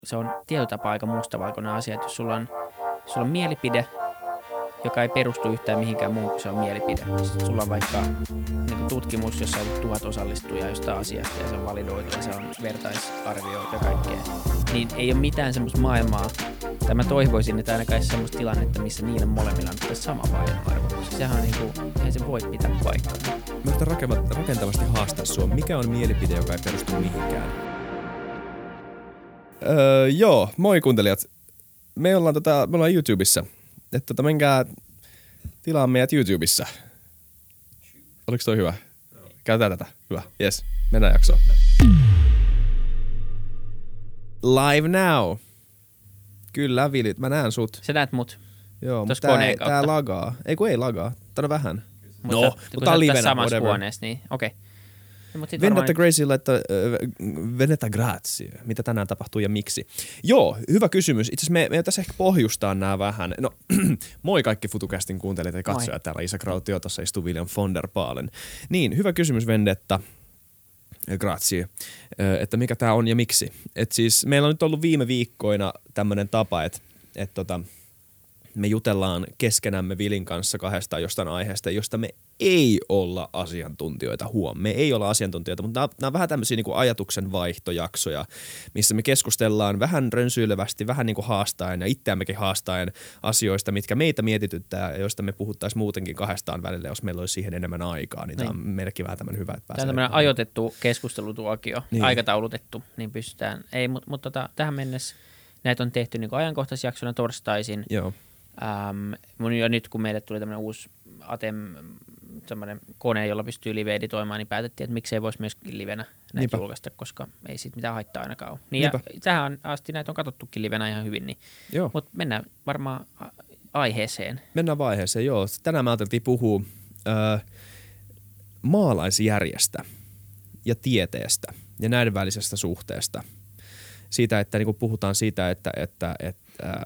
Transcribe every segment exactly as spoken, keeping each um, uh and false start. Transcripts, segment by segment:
se on tietyllä tapaa aika mustavalkoinen asia, että jos sulla on, sulla on mielipide, joka ei perustu yhtään mihinkään muuhun kuin se on mielipide. Sitten sulla on vaikka niin tutkimus, jossa on tuhat osallistujaa jostain asiasta ja se on validoitu ja se on vertaisarvioitu ja kaikkea. Niin ei ole mitään semmoista maailmaa, tai mä toivoisin, että ainakaan ei semmoista tilannetta, missä niillä molemmilla on sama painoarvo. Sehän on niinku, eihän se voi pitää paikkaa. Mä yritän rakentavasti haastaa sua. Mikä on mielipide, joka ei perustu mihinkään? Öö, joo, moi kuuntelijat. Me ollaan, tota, me ollaan YouTubessa. Että tota, menkää tilaa meidät YouTubessa. Oliko toi hyvä? Käytetään tätä. Hyvä. Yes. Mennään jaksoon. Live now. Kyllä, Vili. Mä näen sut. Sä näet mut. Joo, mutta tää, tää lagaa. Ei kun ei lagaa. Tää on vähän. Mutta no, mutta tää on livenä. Samassa huoneessa, niin okei. Okay. No, Vendetta Gracie laittaa äh, Vendetta Grazie. Mitä tänään tapahtuu ja miksi? Joo, hyvä kysymys. Itse asiassa me, me tässä ehkä pohjustaa nämä vähän. No, moi kaikki FutuCastin kuuntelijat ja katsojat. Täällä Isa Krautio, tuossa istuu William von der Baalen. Niin, hyvä kysymys Vendetta Grazie, että mikä tää on ja miksi. Et siis meillä on nyt ollut viime viikkoina tämmönen tapa, että et tota, me jutellaan keskenämme Vilin kanssa kahdestaan jostain aiheesta, josta me ei olla asiantuntijoita. Huom, me ei olla asiantuntijoita, mutta nämä on vähän tämmöisiä niin kuin ajatuksen vaihtojaksoja, missä me keskustellaan vähän rönsyilevästi, vähän niin kuin haastaen ja itseämmekin haastaen asioista, mitkä meitä mietityttää ja joista me puhuttaisiin muutenkin kahdestaan välillä, jos meillä olisi siihen enemmän aikaa. Niin, niin. Tämä on meillekin vähän tämmöinen hyvä, että pääsee. Tämä on tämmöinen ajoitettu keskustelutuokio, niin. Aikataulutettu, niin pystytään. Ei, mutta mut tota, tähän mennessä näitä on tehty niin kuin ajankohtaisjaksona torstaisin. Joo. Ähm, ja nyt kun meille tuli tämmöinen uusi Atem, tämmöinen kone, jolla pystyy live-editoimaan, niin päätettiin, että miksei voisi myöskin livenä näitä julkaista, koska ei siitä mitään haittaa ainakaan ole. Niin ja tähän asti näitä on katsottukin livenä ihan hyvin, niin. Mutta mennään varmaan aiheeseen. Mennään vaiheeseen, joo. Tänään me ajateltiin puhua äh, maalaisjärjestä ja tieteestä ja näiden välisestä suhteesta. Siitä, että niin kuin puhutaan siitä, että, että, että,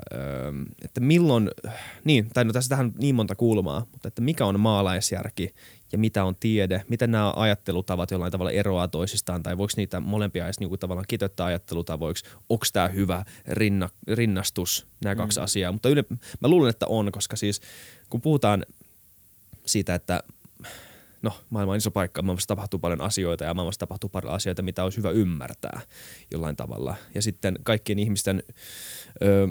että milloin, niin, tai no tässä tähän on niin monta kulmaa, mutta että mikä on maalaisjärki ja mitä on tiede, miten nämä ajattelutavat jollain tavalla eroaa toisistaan, tai voiko niitä molempia edes niin kuin tavallaan kiteyttää ajattelutavoiksi, onko tämä hyvä rinna, rinnastus, nämä kaksi mm. asiaa, mutta yle, mä luulen, että on, koska siis kun puhutaan siitä, että no, maailma on iso paikka, maailmassa tapahtuu paljon asioita ja maailmassa tapahtuu paljon asioita, mitä olisi hyvä ymmärtää jollain tavalla. Ja sitten kaikkien ihmisten öö,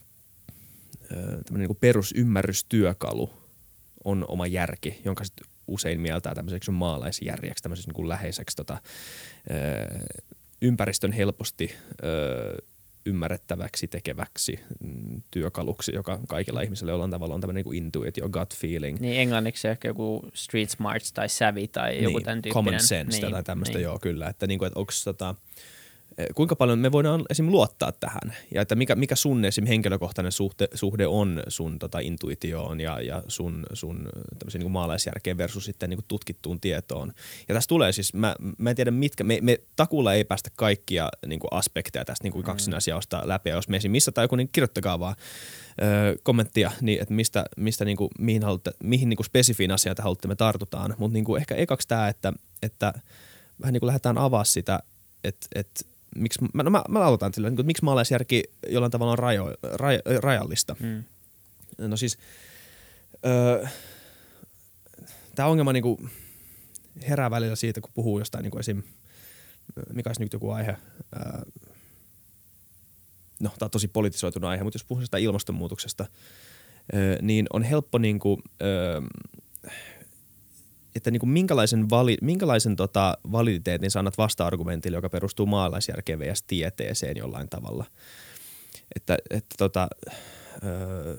öö, tämmöinen niin kuin perusymmärrystyökalu on oma järki, jonka sit usein mieltää tämmöiseksi maalaisjärjeksi, tämmöiseksi niin kuin läheiseksi tota, öö, ympäristön helposti öö, ymmärrettäväksi tekeväksi mm, työkaluksi, joka kaikilla ihmisillä jollain tavalla on tämmöinen niin kuin intuitio, gut feeling. Niin englanniksi ehkä joku street smarts tai savvy tai joku niin, tämän tyyppinen. Common sense niin, tai tämmöistä, niin. joo kyllä. Että, niin kuin, että onko tota, kuinka paljon me voidaan esim. Luottaa tähän ja että mikä, mikä sun esim. Henkilökohtainen suhde, suhde on sun tota, intuitioon ja, ja sun, sun tämmöisen niin kuin maalaisjärkeen versus sitten niin kuin tutkittuun tietoon. Ja tässä tulee siis, mä, mä en tiedä mitkä, me, me takuulla ei päästä kaikkia niin kuin aspekteja tästä niin kuin kaksinaisjaosta läpi. Ja jos me esim. Missataan joku, niin kirjoittakaa vaan ö, kommenttia, niin, että mistä, mistä niin kuin, mihin, halutte, mihin niin kuin spesifiin asiaan te haluatte me tartutaan. Mutta niin kuin ehkä ekaksi tämä, että, että vähän niin kuin lähdetään avaa sitä, että, että Miksi, no mä, mä aloitan sillä, että miksi maalaisjärki jollain tavalla on rajo, raj, rajallista. Mm. No siis, öö, tämä ongelma niinku herää välillä siitä, kun puhuu jostain niinku esim. Mikä olisi nyt joku aihe. Öö, no, tämä on tosi politisoitunut aihe, mutta jos puhuu jostain ilmastonmuutoksesta, öö, niin on helppo niinku, öö, että niinku minkälaisen, vali, minkälaisen tota validiteetin sä annat vasta-argumentille, joka perustuu maalaisjärkeen ja tieteeseen jollain tavalla. Että, että tota, öö,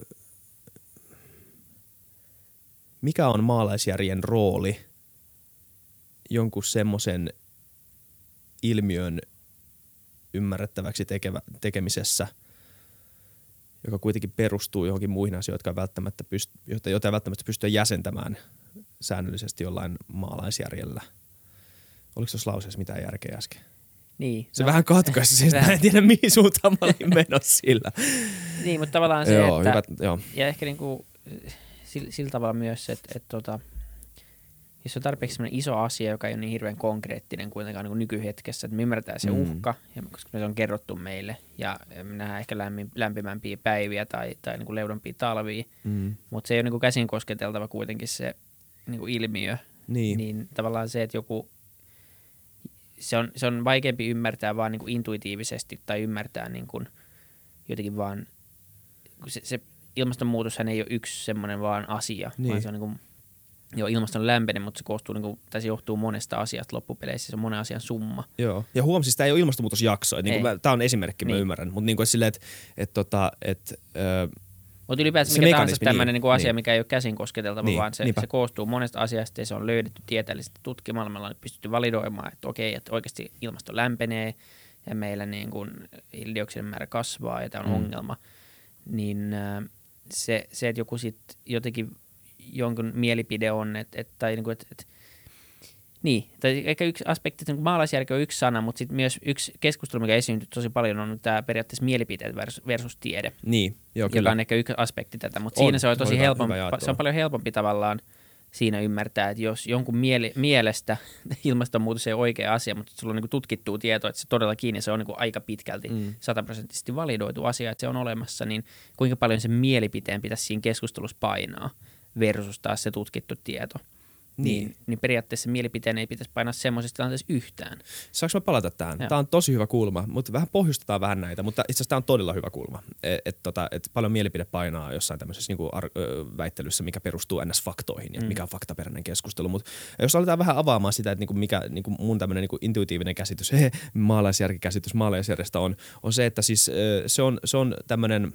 mikä on maalaisjärjen rooli jonkun semmoisen ilmiön ymmärrettäväksi tekevä, tekemisessä, joka kuitenkin perustuu johonkin muihin asioihin, jotka välttämättä pyst, joita ei välttämättä pystyä jäsentämään säännöllisesti jollain maalaisjärjellä. Oliko tuossa lauseessa mitään järkeä äsken? Niin. Se no, vähän katkaisi, siis mä en tiedä mihin suuntaan mä olin menossa sillä. Niin, mutta tavallaan se, joo, että, hyvät, joo. ja ehkä niinku sillä, sillä tavalla myös, että, että tota, jos on tarpeeksi sellainen iso asia, joka ei ole niin hirveän konkreettinen kuitenkaan niin nykyhetkessä, että me ymmärretään se mm. uhka, ja koska se on kerrottu meille, ja me nähdään ehkä lämmin, lämpimämpiä päiviä tai, tai niin kuin leudompia talvia, mm. mutta se ei ole niin kuin käsin kosketeltava kuitenkin se niin kuin ilmiö, niin. niin tavallaan se, että joku, se on, se on vaikeampi ymmärtää vaan niin kuin intuitiivisesti tai ymmärtää niin kuin jotenkin vaan, se, se ilmastonmuutoshan ei ole yksi semmoinen vaan asia, niin. vaan se on niin kuin, joo, ilmaston lämpenen, mutta se koostuu, niin kuin, tai se johtuu monesta asiasta loppupeleissä, se on monen asian summa. Joo, ja huomasin, siis tämä ei ole ilmastonmuutosjakso, niin tämä on esimerkki, niin. Mä ymmärrän, mutta niin kuin silleen, että et, tota, et, öö, mutta ylipäätään mikä tahansa tämmöinen niin, niin asia, niin. mikä ei ole käsin kosketeltava, niin, vaan se, se koostuu monesta asiasta ja se on löydetty tieteellisesti tutkimalla. Me ollaan pystytty validoimaan, että okei, että oikeasti ilmasto lämpenee ja meillä niin kuin hiilidioksidin määrä kasvaa ja tämä on mm. ongelma. Niin se, se, että joku sitten jotenkin jonkun mielipide on, että, että, tai niin kuin, että, että niin, tai ehkä yksi aspekti, että maalaisjärki on yksi sana, mutta sitten myös yksi keskustelu, mikä esiintyy tosi paljon, on tämä periaatteessa mielipiteet versus, versus tiede. Niin, joo, joka kyllä. on ehkä yksi aspekti tätä, mutta on, siinä se on tosi helpompi, se on paljon helpompi tavallaan siinä ymmärtää, että jos jonkun miele, mielestä ilmastonmuutos ei ole oikea asia, mutta sulla on niin tutkittua tietoa, että se todellakin, ja se on niin aika pitkälti sataprosenttisesti mm. validoitu asia, että se on olemassa, niin kuinka paljon sen mielipiteen pitäisi siinä keskustelussa painaa versus taas se tutkittu tieto. Niin. Niin, niin periaatteessa mielipiteen ei pitäisi painaa semmoisessa tilanteessa yhtään. Saanko mä palata tähän? Joo. Tämä on tosi hyvä kulma, mutta vähän pohjustetaan vähän näitä, mutta itse asiassa tämä on todella hyvä kulma. Että et, tota, et paljon mielipide painaa jossain tämmöisessä niinku ar- ö, väittelyssä, mikä perustuu ns. Faktoihin ja mm. mikä on faktaperäinen keskustelu. Mutta jos aletaan vähän avaamaan sitä, että niinku mikä niinku mun tämmöinen niinku intuitiivinen käsitys, he, maalaisjärkikäsitys maalaisjärjestä on, on se, että siis ö, se on, se on tämmöinen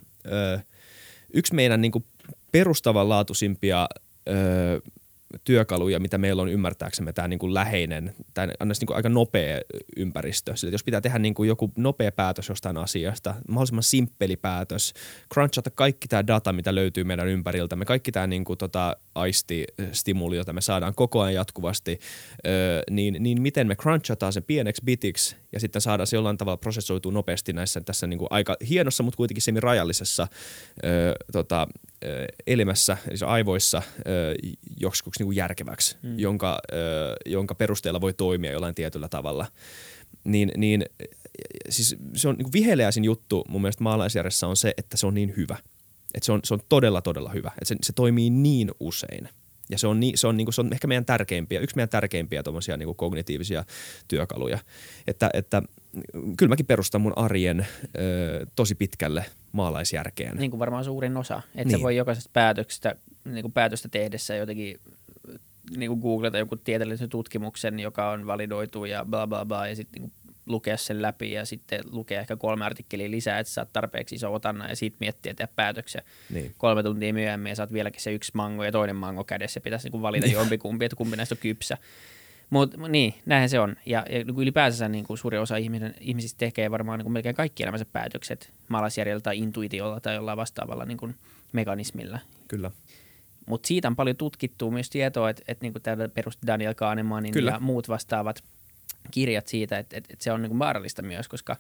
ö, yksi meidän niinku perustavanlaatuisimpia ö, työkaluja, mitä meillä on ymmärtääksemme tämä niin kuin läheinen, tämä on niin kuin aika nopea ympäristö. Sillä jos pitää tehdä niin kuin joku nopea päätös jostain asiasta, mahdollisimman simppeli päätös, crunchata kaikki tämä data, mitä löytyy meidän ympäriltämme, kaikki tämä niin kuin tota aististimuli, jota me saadaan koko ajan jatkuvasti, öö, niin, niin miten me crunchataan sen pieneksi bitiksi ja sitten saadaan se jollain tavalla prosessoitua nopeasti näissä tässä niin kuin aika hienossa, mutta kuitenkin semirajallisessa öö, tota, elimessä, eli aivoissa joskus niin kuin järkeväksi, mm. jonka, jonka perusteella voi toimia jollain tietyllä tavalla. Niin, niin siis se on niin kuin viheliäisin juttu mun mielestä maalaisjärjessä on se, että se on niin hyvä. Että se on, se on todella, todella hyvä. Että se, se toimii niin usein. Ja se on, niin, se on, niin kuin, se on ehkä meidän tärkeimpiä, yksi meidän tärkeimpiä tommosia niin kuin kognitiivisia työkaluja. Että, että kyllä mäkin perustan mun arjen ö, tosi pitkälle maalaisjärkeen. Niin kuin varmaan suurin osa. Että niin. Se voi jokaisesta päätöksestä, niin kuin päätöstä tehdessä jotenkin niin kuin googlata joku tieteellisen tutkimuksen, joka on validoitu ja bla bla bla, ja sitten niin lukea sen läpi ja sitten lukea ehkä kolme artikkelia lisää, että saat tarpeeksi iso otanna ja sitten miettiä tehdä päätöksiä. Niin. Kolme tuntia myöhemmin ja saat vieläkin se yksi mango ja toinen mango kädessä ja pitäisi niin valita jompikumpi, että kumpi näistä on kypsä. Mutta niin, näinhän se on. Ja, ja ylipäänsä niin kuin suuri osa ihmisen, ihmisistä tekee varmaan niin kuin melkein kaikki elämänsä päätökset maalaisjärjellä tai intuitiolla tai jollain vastaavalla niin kuin mekanismilla. Kyllä. Mutta siitä on paljon tutkittua myös tietoa, että, että niin kuin täällä perusti Daniel Kahnemanin Kyllä. ja muut vastaavat kirjat siitä, että, että, että se on niin kuin vaarallista myös, koska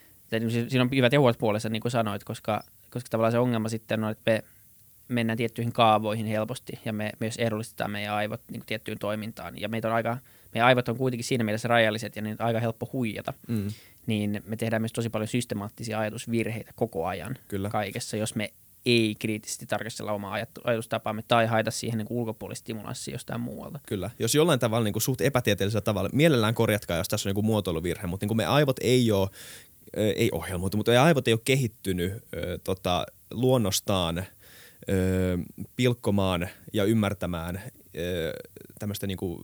siinä on hyvät ja huolot puolessa, niin kuin sanoit, koska, koska tavallaan se ongelma sitten on, että me mennään tiettyihin kaavoihin helposti ja me myös ehdollistetaan meidän aivot niin kuin tiettyyn toimintaan. Ja meitä on aika, meidän aivot on kuitenkin siinä mielessä rajalliset ja niitä on aika helppo huijata. Mm. Niin me tehdään myös tosi paljon systemaattisia ajatusvirheitä koko ajan Kyllä. kaikessa, jos me ei kriittisesti tarkastella omaa ajatustapaamme tai haeta siihen niin ulkopuolista stimulanssia jostain muualta. Kyllä. Jos jollain tavalla niin kuin suht epätieteellisellä tavalla, mielellään korjatkaa, jos tässä on niin muotoiluvirhe, mutta niin kuin me aivot ei ole, ei ohjelmoitu, mutta meidän aivot ei ole kehittynyt äh, tota, luonnostaan äh, pilkkomaan ja ymmärtämään äh, tämmöistä niin kuin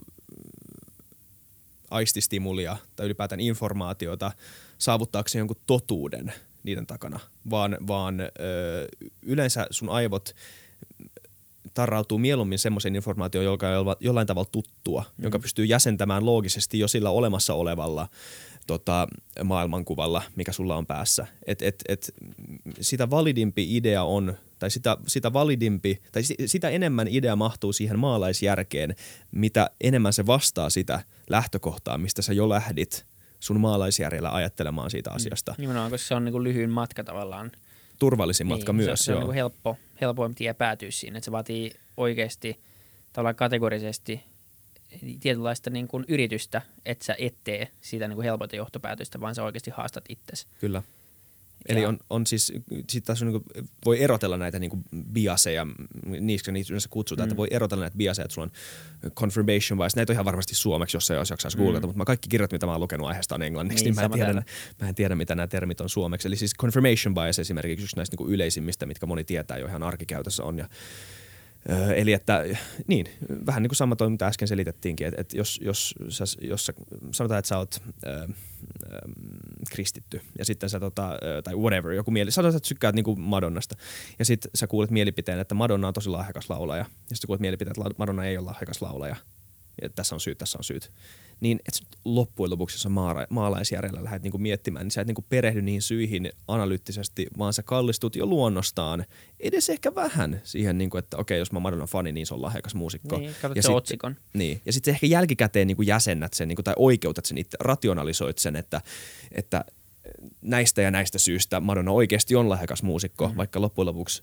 aististimulia tai ylipäätään informaatiota saavuttaakseen jonkun totuuden niiden takana, vaan, vaan ö, yleensä sun aivot tarrautuu mieluummin semmoisen informaatioon, joka on jollain tavalla tuttua, mm. joka pystyy jäsentämään loogisesti jo sillä olemassa olevalla tota, maailmankuvalla, mikä sulla on päässä. Et, et, et, sitä validimpi idea on, tai sitä, sitä validimpi, tai sitä enemmän idea mahtuu siihen maalaisjärkeen, mitä enemmän se vastaa sitä lähtökohtaa, mistä sä jo lähdit sun maalaisjärjellä ajattelemaan siitä asiasta. Mm. Nimenomaan, koska se on niinku lyhyin matka tavallaan. Turvallisin matka niin, myös, se, se joo. on niinku helppo, helpoimpi tie päätyä siinä, että se vaatii oikeasti tavallaan kategorisesti tietynlaista niin kuin yritystä, että sä et tee siitä niin kuin helpoita johtopäätöstä, vaan sä oikeasti haastat itsesi. Kyllä. Eli on, on siis, sit taas on, niin kuin, voi erotella näitä niin kuin biaseja, niistä niitä yleensä kutsutaan, mm. että voi erotella näitä biaseja, että sulla on confirmation bias, näitä on ihan varmasti suomeksi, jos ei jaksaisi googlata, mm. mutta mä kaikki kirjat, mitä mä oon lukenut aiheesta on englanniksi, niin, niin mä, en tiedä, mä en tiedä, mitä nämä termit on suomeksi. Eli siis confirmation bias esimerkiksi just näistä niin kuin yleisimmistä, mitkä moni tietää jo ihan arkikäytössä on. Ja Öö, eli että, niin, vähän niin kuin sama toi, mitä äsken selitettiinkin, että, että jos, jos, sä, jos sä, sanotaan, että sä oot öö, öö, kristitty ja sitten sä tota, öö, tai whatever, joku mieli, sanotaan, että sykkäät niin kuin Madonnasta ja sitten sä kuulet mielipiteen, että Madonna on tosi lahjakas laulaja ja sitten kuulet mielipiteen, että Madonna ei ole lahjakas laulaja ja tässä on syyt, tässä on syyt. Niin et loppujen lopuksi, jos sä maara, maalaisjärjellä lähdet niinku miettimään, niin sä et niinku perehdy niihin syihin analyyttisesti, vaan sä kallistut jo luonnostaan edes ehkä vähän siihen, niinku, että okei, jos mä Madonnan fani, niin se on lahjakas muusikko. Niin, katsot ja se sit, otsikon. Niin, ja sitten ehkä jälkikäteen niinku jäsennät sen niinku, tai oikeutat sen itse, rationalisoit sen, että, että näistä ja näistä syistä Madonna oikeasti on lahjakas muusikko, mm-hmm. vaikka loppujen lopuksi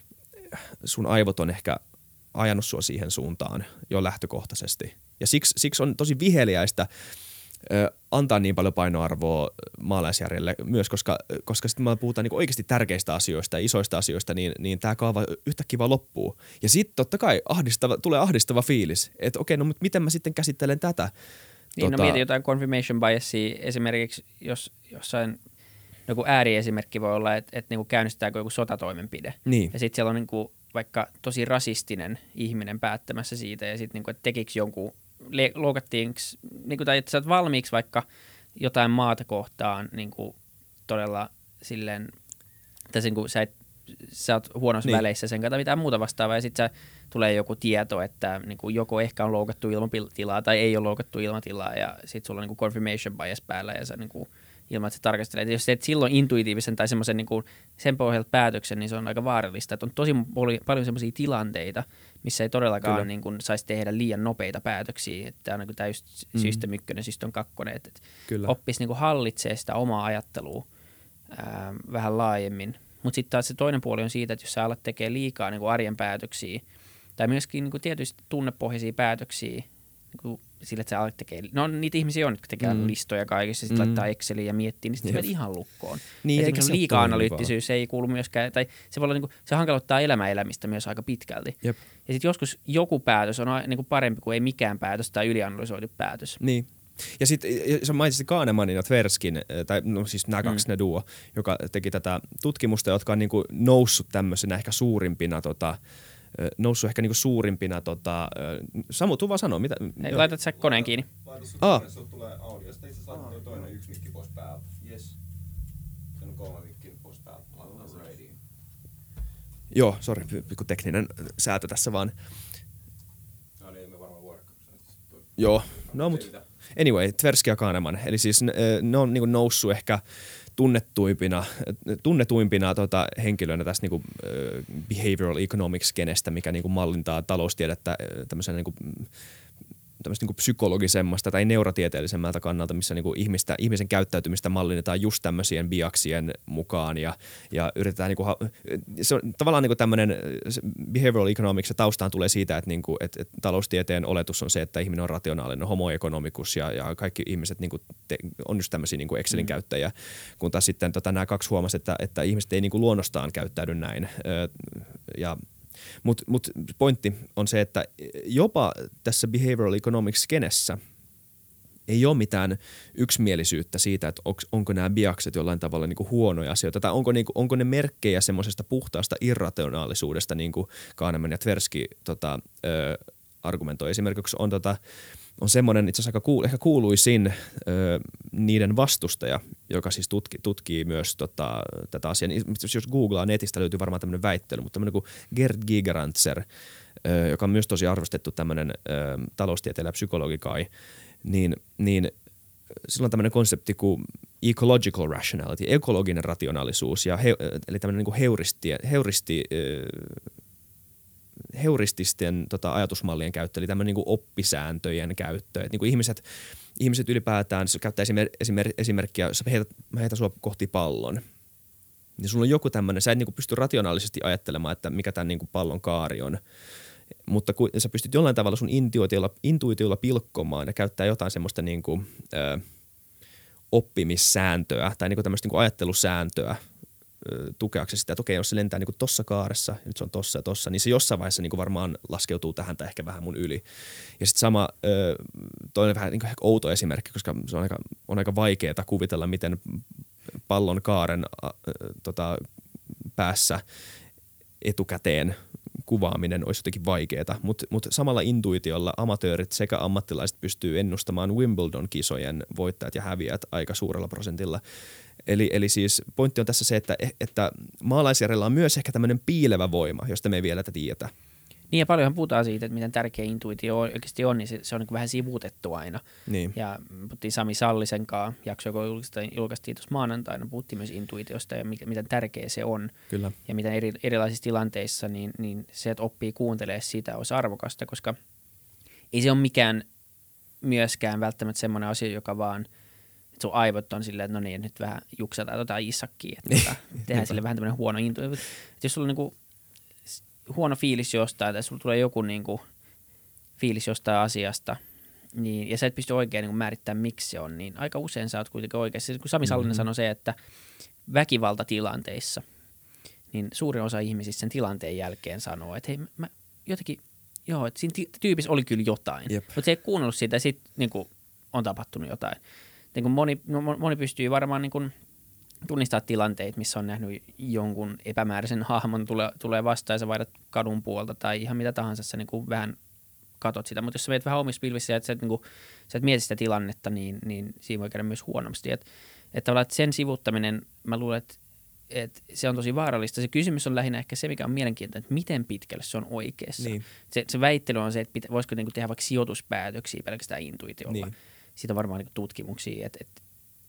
sun aivot on ehkä ajanut sua siihen suuntaan jo lähtökohtaisesti. Ja siksi, siksi on tosi viheliäistä ö, antaa niin paljon painoarvoa maalaisjärjelle myös, koska, koska sitten me puhutaan niin oikeasti tärkeistä asioista ja isoista asioista, niin, niin tämä kaava yhtäkkiä vaan loppuu. Ja sitten totta kai ahdistava, tulee ahdistava fiilis, että okei, no mutta miten mä sitten käsittelen tätä? Niin, tota... no mieti jotain confirmation biasia esimerkiksi, jos jossain joku ääriesimerkki voi olla, että, että niin kuin käynnistetäänkö joku sotatoimenpide. Niin. Ja sitten siellä on niin kuin vaikka tosi rasistinen ihminen päättämässä siitä ja sitten niin että tekikö jonkun, loukattiinko, niin kuin, tai että sä oot valmiiksi vaikka jotain maata kohtaan niin kuin todella silleen, että sen, kun sä, et, sä oot huonossa niin. väleissä sen kanssa mitään muuta vastaavaa ja sitten tulee joku tieto, että niin kuin joko ehkä on loukattu ilmatilaa tai ei ole loukattu ilmatilaa ja sitten sulla on niin kuin confirmation bias päällä ja sä niin kuin ilman, että se tarkastelee. Jos teet silloin intuitiivisen tai semmoisen niin kuin sen pohjalta päätöksen, niin se on aika vaarallista. Että on tosi paljon semmoisia tilanteita, missä ei todellakaan niin kuin saisi tehdä liian nopeita päätöksiä. Että tämä on niin täys mm. system ykkönen, system kakkonen. Että oppisi niin kuin hallitsee sitä omaa ajattelua ää, vähän laajemmin. Mutta sitten taas se toinen puoli on siitä, että jos sä alat tekee liikaa niin kuin arjen päätöksiä tai myöskin niin kuin tietysti tunnepohjaisia päätöksiä, niin kuin sillä, että sä alat tekee, no niitä ihmisiä on, jotka tekee mm. listoja kaikissa, sitten mm. laittaa Exceliin ja miettii, niin sitten se ihan lukkoon. Niin, ja se liikaa analyyttisyys ei kuulu myöskään, tai se voi olla, niin kuin, se hankaloittaa elämän elämistä myös aika pitkälti. Jep. Ja sitten joskus joku päätös on niin kuin parempi kuin ei mikään päätös tai ylianalysoitu päätös. Niin. Ja sitten sä mainitsit Kahnemanin ja Tverskin, tai no siis nämä kaksi mm. ne duo, joka teki tätä tutkimusta, jotka on niin kuin noussut tämmöisenä ehkä suurimpina tota, noussut ehkä niinku suurimpina, tota, Samu, tuu vaan sanoa, mitä... Hei, laitat sä koneen kiinni. Ah. Sulla tulee audio, sitten itse asiassa toi toinen yksi mikki pois päältä. Yes. Se on kolme mikki pois päältä. Joo, sori, pikku tekninen säätö tässä vaan. No niin, me varmaan vuodekaan. Joo, no mut anyway, Tversky ja Kahneman, eli siis ne, ne on niinku noussut ehkä tunnetuimpina, tunnetuimpina tota, henkilöinä tästä niinku, uh, behavioral economics-kenestä, mikä niinku mallintaa taloustiedettä tämmöisen niinku, tämmöistä niinku psykologisemmasta tai neurotieteellisemmältä kannalta, missä niinku ihmistä, ihmisen käyttäytymistä mallinnetaan just tämmöisien biaksien mukaan ja, ja yritetään niinku, se on tavallaan niinku tämmöinen behavioral economics ja taustaan tulee siitä, että niinku, et, et taloustieteen oletus on se, että ihminen on rationaalinen, homo economicus ja, ja kaikki ihmiset niinku te, on just tämmöisiä niinku Excelin mm. käyttäjiä, kun taas sitten tota, nämä kaksi huomasi, että, että ihmiset ei niinku luonnostaan käyttäydy näin öö, ja Mutta mut pointti on se, että jopa tässä behavioral economics-skenessä ei ole mitään yksimielisyyttä siitä, että onko nämä biakset jollain tavalla niinku huonoja asioita, tai onko, niinku, onko ne merkkejä semmoisesta puhtaasta irrationaalisuudesta, niin kuin Kahneman ja Tversky tota, ö, argumentoi. Esimerkiksi on, tota, on semmoinen itse asiassa aika kuul, ehkä kuuluisin ö, niiden vastustaja, joka siis tutki, tutkii myös tota, tätä asiaa. Jos googlaa netistä, löytyy varmaan tämmöinen väittely, mutta tämmöinen kuin Gerd Gigerantzer, ö, joka on myös tosi arvostettu tämmöinen ö, taloustieteilijä ja psykologi kai, niin, niin sillä on tämmöinen konsepti kuin ecological rationality, ekologinen rationaalisuus, ja he, eli tämmöinen niin kuin heuristi, heuristi ö, heurististen tota, ajatusmallien käyttö, eli tämmöinen niin oppisääntöjen käyttö. Et, niin kuin ihmiset, ihmiset ylipäätään, jos käyttää esimer- esimer- esimerkkiä, jos heitä, heitä sua kohti pallon, niin sulla on joku tämmöinen, sä et niin kuin pysty rationaalisesti ajattelemaan, että mikä tämän niin kuin pallon kaari on. mutta kun sä pystyt jollain tavalla sun intuitiolla, intuitiolla pilkkomaan ja käyttää jotain semmoista niin kuin, ö, oppimissääntöä tai niin kuin tämmöistä niin kuin ajattelusääntöä ö, tukeaksesi sitä, että okei, jos se lentää niin kuin tossa kaaressa ja nyt se on tossa ja tossa, niin se jossain vaiheessa niin kuin varmaan laskeutuu tähän tai ehkä vähän mun yli. Ja sitten sama, ö, toinen vähän niin kuin outo esimerkki, koska se on aika, on aika vaikeaa kuvitella, miten pallon kaaren ö, tota, päässä etukäteen kuvaaminen olisi jotenkin vaikeaa, mutta mut samalla intuitiolla amatöörit sekä ammattilaiset pystyy ennustamaan Wimbledon-kisojen voittajat ja häviäjät aika suurella prosentilla. Eli, eli siis pointti on tässä se, että, että maalaisjärjellä on myös ehkä tämmöinen piilevä voima, josta me ei vielä tiedä. Niin ja paljonhan puhutaan siitä, että miten tärkeä intuitio oikeasti on, niin se, se on niin vähän sivuutettu aina. Niin. Ja puhuttiin Sami Sallisen kanssa, jakso, joka julkaistiin, julkaistiin tuossa maanantaina, puhuttiin myös intuitiosta ja mikä, miten tärkeä se on. Kyllä. Ja miten eri, erilaisissa tilanteissa niin, niin se, että oppii kuuntelemaan sitä, olisi arvokasta, koska ei se ole mikään myöskään välttämättä semmoinen asia, joka vaan, että sun aivot on silleen, että no niin, nyt vähän juksataan tota Isakkiin, että tota, tehdään sille vähän tämmöinen huono intuitio. Että jos sulla on niin kuin huono fiilis jostain tai sulla tulee joku niin kuin fiilis jostain asiasta, niin, ja sä et pysty oikein niin kuin määrittämään, miksi se on, niin aika usein sä oot kuitenkin oikeassa. Kun Sami Sallinen mm-hmm. sanoi se, että väkivaltatilanteissa, niin suurin osa ihmisistä sen tilanteen jälkeen sanoo, että hei, mä jotenkin, joo, että siinä tyypissä oli kyllä jotain, Jep. mutta se ei kuunnellut siitä ja sitten niin kuin on tapahtunut jotain. Niin kuin moni, no, moni pystyy varmaan niin kuin tunnistaa tilanteita, missä on nähnyt jonkun epämääräisen hahmon tulee, tulee vastaan ja sä vaihdat kadun puolta tai ihan mitä tahansa, sä niin kuin vähän katot sitä. Mutta jos sä meet vähän omissa pilvissä ja että sä, et, niin kuin, sä et mieti sitä tilannetta, niin, niin siinä voi käydä myös huonomasti. Että et tavallaan että sen sivuttaminen, mä luulen, että et se on tosi vaarallista. Se kysymys on lähinnä ehkä se, mikä on mielenkiintoinen, että miten pitkälle se on oikeassa. Niin. Se, se väittely on se, että pitä, voisiko niin kuin tehdä vaikka sijoituspäätöksiä pelkästään intuitiolla. Niin. Siitä on varmaan niin tutkimuksia, että, että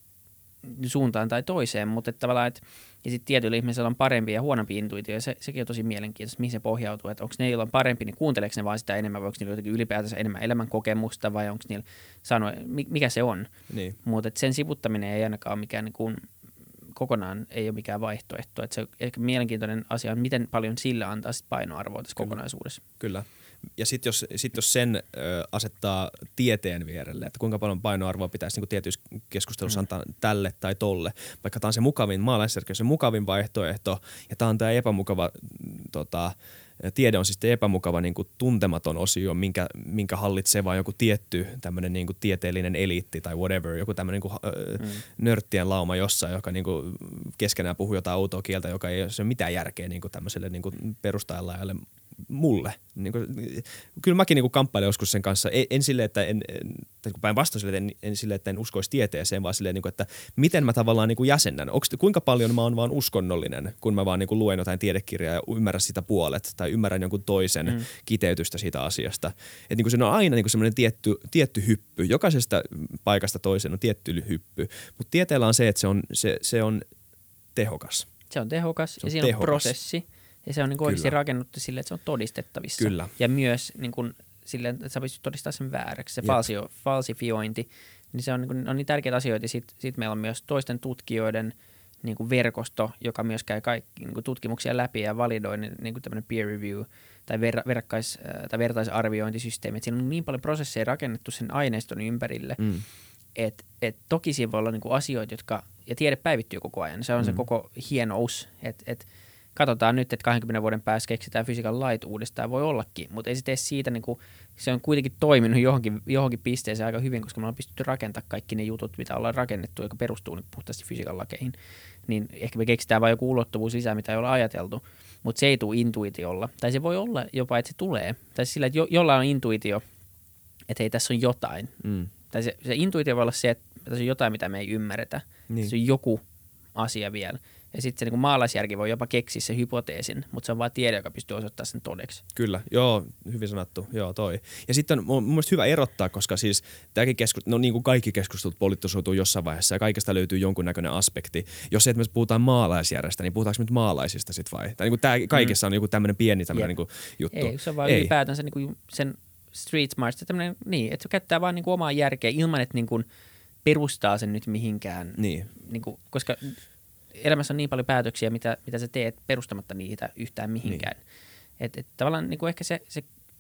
suuntaan tai toiseen, mutta että tavallaan, että, ja sitten tietyillä ihmisillä on parempi ja huonompi intuitio, ja se, sekin on tosi mielenkiintoista, mihin se pohjautuu, että onko ne, joilla on parempi, niin kuunteleeko ne vaan sitä enemmän, vai onko niillä jotenkin ylipäätänsä enemmän elämänkokemusta, vai onko niillä sanoa, mikä se on. Niin. Mutta sen sivuttaminen ei ainakaan ole mikään niin kuin, kokonaan ei ole mikään vaihtoehto, että se ehkä mielenkiintoinen asia on, miten paljon sillä antaa sit painoarvoa tässä Kyllä. kokonaisuudessa. Kyllä. Ja sitten jos, sit jos sen ö, asettaa tieteen vierelle, että kuinka paljon painoarvoa pitäisi niinku tietyissä keskustelussa mm. antaa tälle tai tolle, vaikka tämä on se mukavin, maalaisjärki on se mukavin vaihtoehto ja tämä on tämä epämukava, tota, tiede on siis epämukava niinku tuntematon osio, minkä, minkä hallitsee vaan joku tietty tämmöinen niinku tieteellinen eliitti tai whatever, joku tämmöinen niinku, mm. nörttien lauma jossain, joka niinku keskenään puhuu jotain outoa kieltä, joka ei ole mitään järkeä niinku tämmöiselle niinku perustajalle mulle. Niin kuin, kyllä mäkin niin kuin kamppailen joskus sen kanssa. En, en silleen, että en, en päinvastoin silleen, en, en silleen, että en uskoisi tieteeseen, vaan silleen, niin kuin, että miten mä tavallaan niin kuin jäsennän. Onks, kuinka paljon mä oon vaan uskonnollinen, kun mä vaan niin kuin luen jotain tiedekirjaa ja ymmärrän sitä puolet tai ymmärrän jonkun toisen mm. kiteytystä siitä asiasta. Että niin kuin se on aina niin kuin semmoinen tietty, tietty hyppy. Jokaisesta paikasta toiseen on tietty hyppy. Mutta tieteellä on se, että se on, se, se on tehokas. Se on tehokas se on ja siinä tehokas. On prosessi. Ja se on niin oikeasti rakennuttu silleen, että se on todistettavissa. Kyllä. Ja myös niin kuin, silleen, että sä pystyt todistamaan sen vääräksi. Se falsio, falsifiointi, niin se on niin, on niin tärkeitä asioita. Sitten sit meillä on myös toisten tutkijoiden niin kuin verkosto, joka myös käy kaikki niin kuin tutkimuksia läpi ja validoi niin kuin tämmöinen peer review tai, ver, verkkais, tai vertaisarviointisysteemi. Et siinä on niin paljon prosesseja rakennettu sen aineiston ympärille, mm. että et toki siinä voi olla niin kuin asioita, jotka, ja tiede päivittyy koko ajan. Se on mm. se koko hienous, että et, katsotaan nyt, että kahdenkymmenen vuoden päässä keksitään fysiikan lait uudestaan, voi ollakin, mutta ei se tee siitä, niin kuin, se on kuitenkin toiminut johonkin, johonkin pisteeseen aika hyvin, koska me ollaan pystytty rakentamaan kaikki ne jutut, mitä ollaan rakennettu, joka perustuu niin puhtaasti fysiikan lakeihin. Niin ehkä me keksitään vain joku ulottuvuus lisää, mitä ei ole ajateltu, mutta se ei tule intuitiolla. Tai se voi olla jopa, että se tulee. Tai sillä, että jo, jollain on intuitio, että hei, tässä on jotain. Mm. Tai se, se intuitio voi olla se, että tässä on jotain, mitä me ei ymmärretä. Niin. Tässä on joku asia vielä. Ja sitten se niin kuin maalaisjärki voi jopa keksiä se hypoteesin, mutta se on vain tiede, joka pystyy osoittamaan sen todeksi. Kyllä, joo, hyvin sanottu, joo toi. Ja sitten on mun mielestä hyvä erottaa, koska siis tämäkin keskustelu, no niin kuin kaikki keskustelut poliittisoituu jossain vaiheessa ja kaikesta löytyy jonkunnäköinen aspekti. Jos se, että me puhutaan maalaisjärjestä, niin puhutaanko nyt maalaisista sitten vai? Tai niin kuin tämä kaikessa on joku tämmöinen pieni tämmöinen niin kuin juttu. Ei, se on vaan ylipäätänsä niin kuin sen street smart, tämmöinen, niin, että se käyttää vaan niin kuin omaa järkeä ilman, että niin kuin perustaa sen nyt mihinkään, niin. Niin kuin, koska elämässä on niin paljon päätöksiä, mitä, mitä sä teet perustamatta niitä yhtään mihinkään. Niin. Että et, tavallaan niin kuin ehkä se, se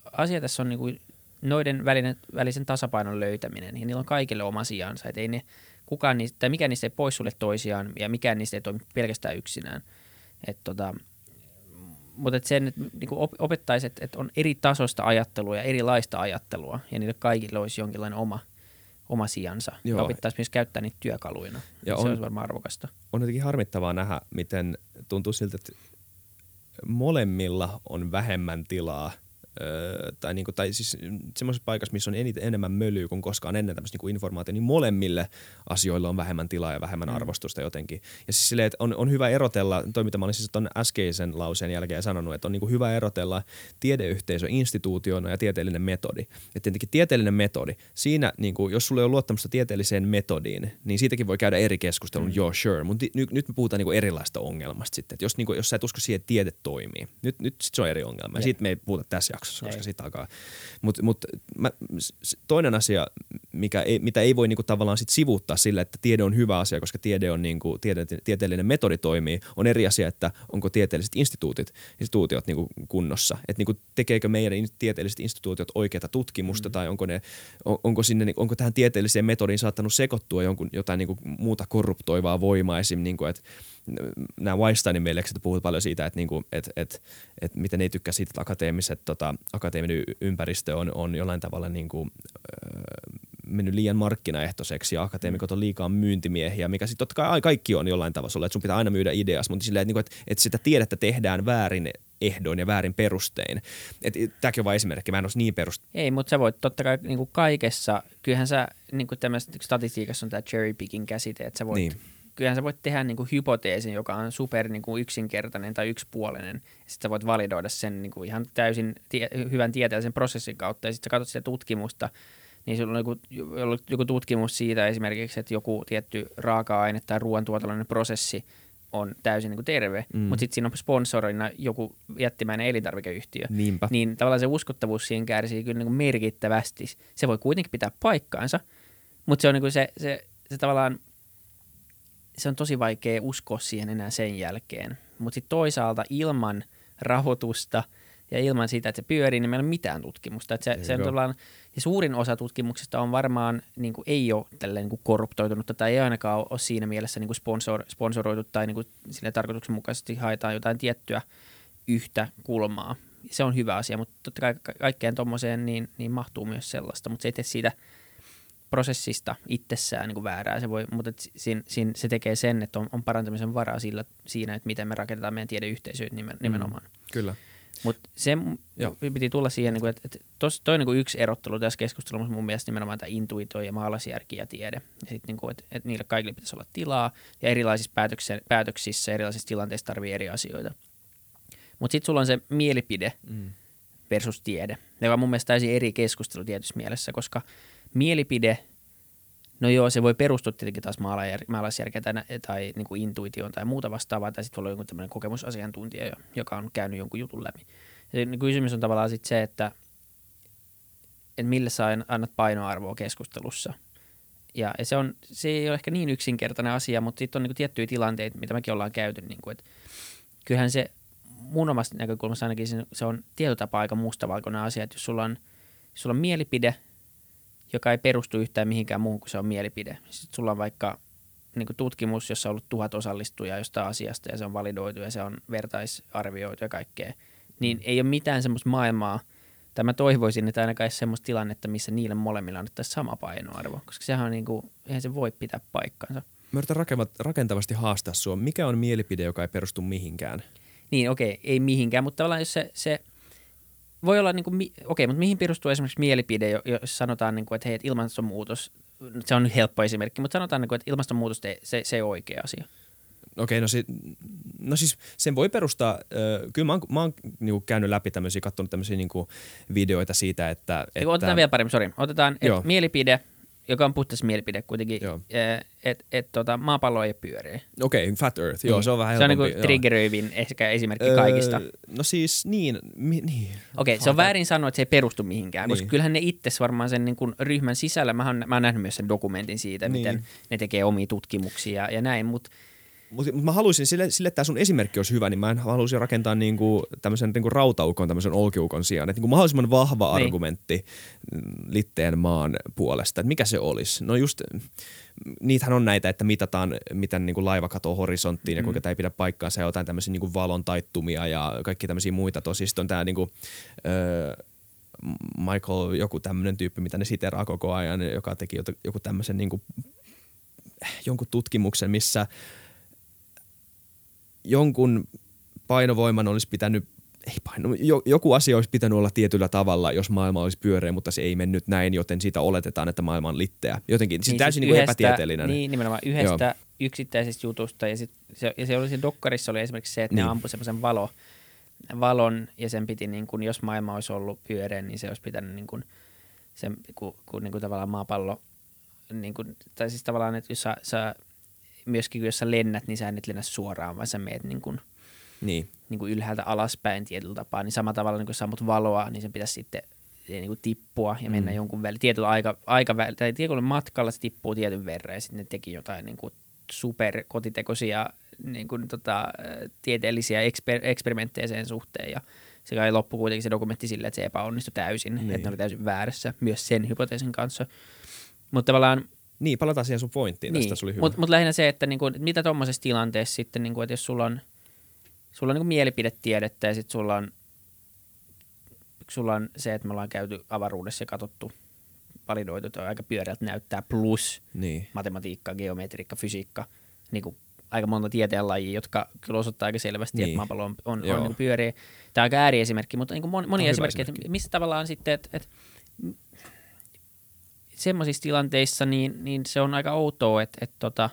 asia tässä on niin kuin noiden välinen, välisen tasapainon löytäminen, ja niillä on kaikille oma sijansa, että ei ne, kukaan niistä, tai mikään niistä ei pois sulle toisiaan, ja mikään niistä ei toimi pelkästään yksinään. Et tota, mutta et sen, että niin opettaisi, että et on eri tasosta ajattelua ja erilaista ajattelua, ja niille kaikille olisi jonkinlainen oma, oma sijansa. Joo. Ja opittaisi myös käyttää niitä työkaluina. Ja se on, olisi varmaan arvokasta. On jotenkin harmittavaa nähdä, miten tuntuu siltä, että molemmilla on vähemmän tilaa. Öö, tai, niinku, tai siis semmoisessa paikassa, missä on eniten, enemmän mölyä kuin koskaan ennen tämmöistä niinku informaatiota, niin molemmille asioille on vähemmän tilaa ja vähemmän mm. arvostusta jotenkin. Ja siis silleen, että on, on hyvä erotella, toi mitä mä olin siis ton äskeisen lauseen jälkeen sanonut, että on niinku hyvä erotella tiedeyhteisö instituutiona ja tieteellinen metodi. Että tietenkin tieteellinen metodi, siinä niinku, jos sulla ei ole luottamusta tieteelliseen metodiin, niin siitäkin voi käydä eri keskustelun, mm. joo sure, mutta nyt, nyt me puhutaan niinku erilaista ongelmasta sitten. Että jos, niinku, jos sä et usko siihen, että tiede toimii, nyt, nyt sit se on eri ongelma ja siitä me ei puhuta tässä jaksossa. Koska sitä alkaa. Mut, mut, mä, toinen asia, mikä ei, mitä ei voi niinku tavallaan sit sivuuttaa sillä, että tiede on hyvä asia, koska tiede on niinku, tiede, tieteellinen metodi toimii, on eri asia, että onko tieteelliset instituutit, instituutiot niinku kunnossa. Että niinku, tekeekö meidän tieteelliset instituutiot oikeata tutkimusta mm. tai onko, ne, on, onko, sinne, onko tähän tieteelliseen metodiin saattanut sekoittua jonkun, jotain niinku muuta korruptoivaa voimaa esim. Niinku, että nämä Weinsteinin veljekset puhuvat paljon siitä, että, niinku, että, että, että miten ei tykkää siitä, että akateemiset, tota, akateeminen ympäristö on, on jollain tavalla niinku, öö, mennyt liian markkinaehtoiseksi ja akateemikot on liikaa myyntimiehiä, mikä sitten totta kai kaikki on jollain tavalla, että sun pitää aina myydä ideas, mutta silleen, että, että, että sitä tiedettä tehdään väärin ehdoin ja väärin perustein. Tämäkin on vain esimerkki, mä en olisi niin perust... Ei, mutta sä voit totta kai niin kuin kaikessa, kyllähän sä niin kuin tämmöisessä statistiikassa on tämä cherry picking käsite, että sä voit... Niin. Kyllähän sä voit tehdä niin kuin hypoteesin, joka on super niin kuin yksinkertainen tai yksipuolinen, ja sitten sä voit validoida sen niin kuin ihan täysin tie- hyvän tieteellisen prosessin kautta, ja sitten sä katsot sitä tutkimusta, niin sulla on joku, joku tutkimus siitä esimerkiksi, että joku tietty raaka-aine tai ruoantuotannollinen prosessi on täysin niin kuin terve, mm. mutta sitten siinä on sponsorina joku jättimäinen elintarvikeyhtiö. Niinpä. Niin tavallaan se uskottavuus siinä kärsii kyllä niin kuin merkittävästi. Se voi kuitenkin pitää paikkaansa, mutta se on niin kuin se, se, se tavallaan, se on tosi vaikea uskoa siihen enää sen jälkeen. Mutta sitten toisaalta ilman rahoitusta ja ilman sitä, että se pyörii, niin meillä ei ole mitään tutkimusta. Että se, se, on tavallaan, ja suurin osa tutkimuksista on varmaan, niin kuin, ei ole tälleen, niin kuin korruptoitunutta tai ei ainakaan ole, ole siinä mielessä niin kuin sponsor, sponsoroitu tai niin kuin, sille tarkoituksenmukaisesti haetaan jotain tiettyä yhtä kulmaa. Se on hyvä asia, mutta totta kai kaikkeen tuommoiseen niin, niin mahtuu myös sellaista, mutta se ei tee siitä prosessista itsessään niin kuin väärää. Se voi, mutta siinä, siinä, se tekee sen, että on, on parantamisen varaa sillä, siinä, että miten me rakennetaan meidän tiedeyhteisöitä nimen, nimenomaan. Mm, kyllä. Mutta se Joo. piti tulla siihen, että, että tos, toi niin yksi erottelu tässä keskustelussa mun mielestä nimenomaan tämä intuitio ja maalaisjärki ja tiede. Ja sitten, niin että, että niille kaikille pitäisi olla tilaa ja erilaisissa päätöksissä, päätöksissä erilaisissa tilanteissa tarvii eri asioita. Mutta sitten sulla on se mielipide mm. versus tiede, joka on mun mielestä täysin eri keskustelu tietyssä mielessä, koska mielipide, no joo, se voi perustua tietenkin taas maalaisjärkeen tai, tai niin kuin intuitioon tai muuta vastaavaa, tai sitten voi olla joku tämmöinen kokemusasiantuntija, joka on käynyt jonkun jutun läpi. Ja se, kysymys on tavallaan sitten se, että, että mille sä annat painoarvoa keskustelussa. Ja, ja se, on, se ei ole ehkä niin yksinkertainen asia, mutta sitten on niin kuin tiettyjä tilanteita, mitä mekin ollaan käyty. Niin kuin, että kyllähän se mun omasta näkökulmasta ainakin se on tietotapa aika mustavalkoinen asia, että jos sulla on, jos sulla on mielipide, joka ei perustu yhtään mihinkään muuhun kuin se on mielipide. Sitten sulla on vaikka niin kuin tutkimus, jossa on ollut tuhat osallistujaa jostain asiasta ja se on validoitu ja se on vertaisarvioitu ja kaikkea. Niin mm. ei ole mitään semmoista maailmaa, tai mä toivoisin, että ainakaan ei semmoista tilannetta, missä niille molemmilla annettaisiin sama painoarvo, koska sehän on niin kuin, eihän se voi pitää paikkansa. Mä yritän rakentavasti haastaa sua. Mikä on mielipide, joka ei perustu mihinkään? Niin, okei, okay, ei mihinkään, mutta tavallaan jos se... se voi olla, niin kuin, okei, okay, mutta mihin perustuu esimerkiksi mielipide, jos sanotaan, niin kuin, että hei, että ilmastonmuutos, se on nyt helppo esimerkki, mutta sanotaan, niin kuin, että ilmastonmuutos, se, se ei ole oikea asia. Okei, okay, no, si- no siis sen voi perustaa, äh, kyllä mä oon, mä oon niin kuin käynyt läpi tämmöisiä, katsonut tämmöisiä niin kuin videoita siitä, että... että otetaan vielä paremmin, sori, otetaan että mielipide, joka on puhtaas mielipide kuitenkin, että et, tota, maapallo ei pyörii. Okei, okay, Flat Earth, joo, niin. Se on vähän helpompi. Se on niin kuin triggeröivin ehkä esimerkki öö, kaikista. No siis niin, mi, niin. Okei, okay, se on väärin sanoa, että se ei perustu mihinkään, niin. Koska kyllähän ne itse varmaan sen niin kuin ryhmän sisällä, mä oon, mä oon nähnyt myös sen dokumentin siitä, niin. Miten ne tekee omia tutkimuksia ja näin, mutta Mutta mä haluaisin, sille, sille että tämä sun esimerkki olisi hyvä, niin mä haluaisin rakentaa niinku tämmöisen niinku rautaukon, tämmöisen olkiukon sijaan. Että niinku mahdollisimman vahva niin. argumentti litteen maan puolesta. Että mikä se olisi? No just, niitähän on näitä, että mitataan, miten niinku laiva katoo horisonttiin ja kuinka tämä ei pidä paikkaansa ja jotain tämmöisiä niinku valon taittumia ja kaikki tämmöisiä muita. Tosi sitten on tämä niinku, öö, Michael, joku tämmöinen tyyppi, mitä ne siteraa koko ajan, joka teki joku tämmöisen niinku, jonkun tutkimuksen, missä jonkun painovoiman olisi pitänyt, ei paino, joku asia olisi pitänyt olla tietyllä tavalla, jos maailma olisi pyöreä, mutta se ei mennyt näin, joten siitä oletetaan, että maailma on litteä. Jotenkin, siis niin täysin siis niin yhdestä, epätieteellinen. Niin, nimenomaan yhdestä Joo. yksittäisestä jutusta. Ja, sit se, ja se oli se dokkarissa oli esimerkiksi se, että niin. ne ampui semmoisen valo, valon, ja sen piti, niin kun, jos maailma olisi ollut pyöreä, niin se olisi pitänyt, niin kun, sen, kun, kun niin kun tavallaan maapallo, niin kun, tai siis tavallaan, että jos sä, sä myöskin, jos sä lennät, niin sä et lennä suoraan, vaan sä meet niin kuin, niin. niin kuin ylhäältä alaspäin tietyllä tapaa. Niin samalla tavalla, niin kun sä ammut valoa, niin sen pitäisi sitten niin kuin tippua ja mennä mm. jonkun väli. Tietyllä aika, aika tai tietyllä matkalla se tippuu tietyn verran ja sitten ne teki jotain niin kuin super kotitekoisia niin kuin, tota, tieteellisiä eksper- eksperimenttejä sen suhteen. Ja se kai loppui kuitenkin se dokumentti silleen, että se epäonnistui täysin, niin. että ne oli täysin väärässä myös sen hypoteesin kanssa. Mutta tavallaan niin, palataan siihen sun pointtiin. Niin, tästä se oli hyvä. Mutta mut lähinnä se, että niinku, mitä tuommoisessa tilanteessa sitten, niinku, että jos sulla on, sulla on niinku mielipidetiedettä ja sitten sulla on, sulla on se, että me ollaan käyty avaruudessa ja katsottu, validoitu, että aika pyöreältä näyttää, plus niin. matematiikka, geometriikka, fysiikka, niinku, aika monta tieteenlajia, jotka kyllä osoittaa aika selvästi, niin. että maapallo on, on, on niinku pyöreä. Tämä on aika ääriesimerkki, mutta niinku moni, moni esimerkki, että missä tavallaan sitten, että et, semmoisissa tilanteissa niin, niin se on aika outoa, että et, tota,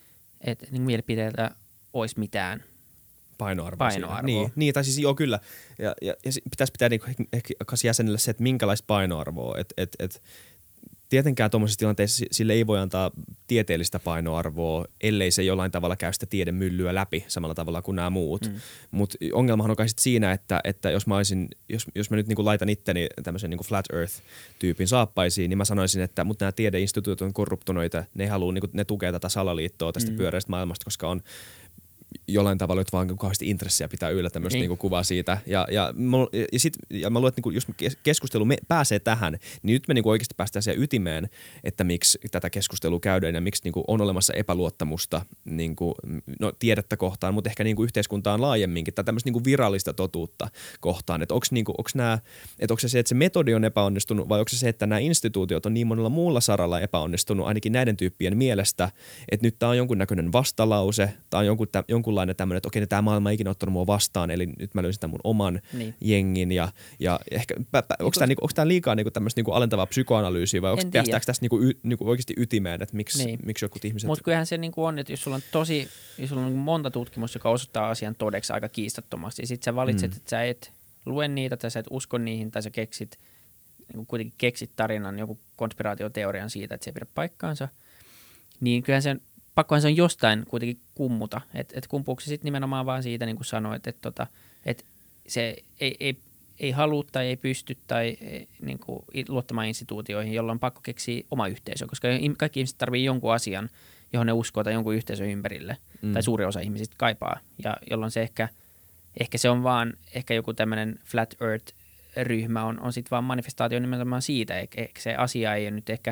et, niin mielipiteellä olisi mitään painoarvoa. painoarvoa. Niin, niin, tai siis joo kyllä. Ja, ja, ja pitäisi pitää niinku ehkä jäsenellä se, että minkälaista painoarvoa. Et, et, et, tietenkään tuommoisessa tilanteessa sille ei voi antaa tieteellistä painoarvoa, ellei se jollain tavalla käy sitä tiedemyllyä läpi samalla tavalla kuin nämä muut. Mm. Mutta ongelmahan on kai sit siinä, että, että jos mä olisin, jos, jos mä nyt niinku laitan itteni tämmöisen niinku flat earth-tyypin saappaisiin, niin mä sanoisin, että mutta nämä tiedeinstituutiot on korruptuneita, ne haluu, niinku, ne tukee tätä salaliittoa tästä mm. pyöreästä maailmasta, koska on jollain tavalla nyt vaan kauheasti intressiä pitää yllä tämmöistä niinku kuvaa siitä. Ja, ja, ja, ja, sit, ja mä luulen, että niinku, jos keskustelu me pääsee tähän, niin nyt me niinku oikeasti päästään siihen ytimeen, että miksi tätä keskustelua käydään ja miksi niinku on olemassa epäluottamusta niinku, no, tiedettä kohtaan, mutta ehkä niinku yhteiskuntaan laajemminkin tai tämmöistä niinku virallista totuutta kohtaan. Että onko niinku, et se se, että se metodi on epäonnistunut vai onko se se, että nämä instituutiot on niin monella muulla saralla epäonnistunut ainakin näiden tyyppien mielestä, että nyt tämä on jonkunnäköinen vastalause, tämä on jonkun, jonkunlainen tämmöinen, että okei, tämä maailma ei ikinä ottanut mua vastaan, eli nyt mä löysin tämän mun oman niin. jengin ja, ja ehkä, pä, pä, onko tämä niinku, liikaa niinku tämmöistä niinku alentavaa psykoanalyysiä vai onko päästäänkö tässä niinku, y, niinku oikeasti ytimeen, että miksi, niin. miksi jotkut ihmiset... Mutta kyllähän se niinku on, että jos sulla on tosi, jos sulla on monta tutkimusta, joka osoittaa asian todeksi aika kiistattomasti, ja sit sä valitset, mm. että sä et lue niitä tai sä et usko niihin tai sä keksit, niinku kuitenkin keksit tarinan, joku konspiraatioteorian siitä, että se ei pidä paikkaansa, niin kyllähän sen pakkohan se on jostain kuitenkin kummuta, että et kumpuuko se sitten nimenomaan vaan siitä, niin kuin sanoit, että tota, et se ei, ei, ei halua tai ei pysty tai ei, niin kuin luottamaan instituutioihin, jolloin on pakko keksiä oma yhteisö, koska kaikki ihmiset tarvitsee jonkun asian, johon ne uskoo tai jonkun yhteisön ympärille, mm. tai suuri osa ihmisistä kaipaa, ja jolloin se ehkä, ehkä se on vaan, ehkä joku tämmöinen flat earth-ryhmä on, on sitten vaan manifestaatio nimenomaan siitä, ehkä se asia ei ole nyt ehkä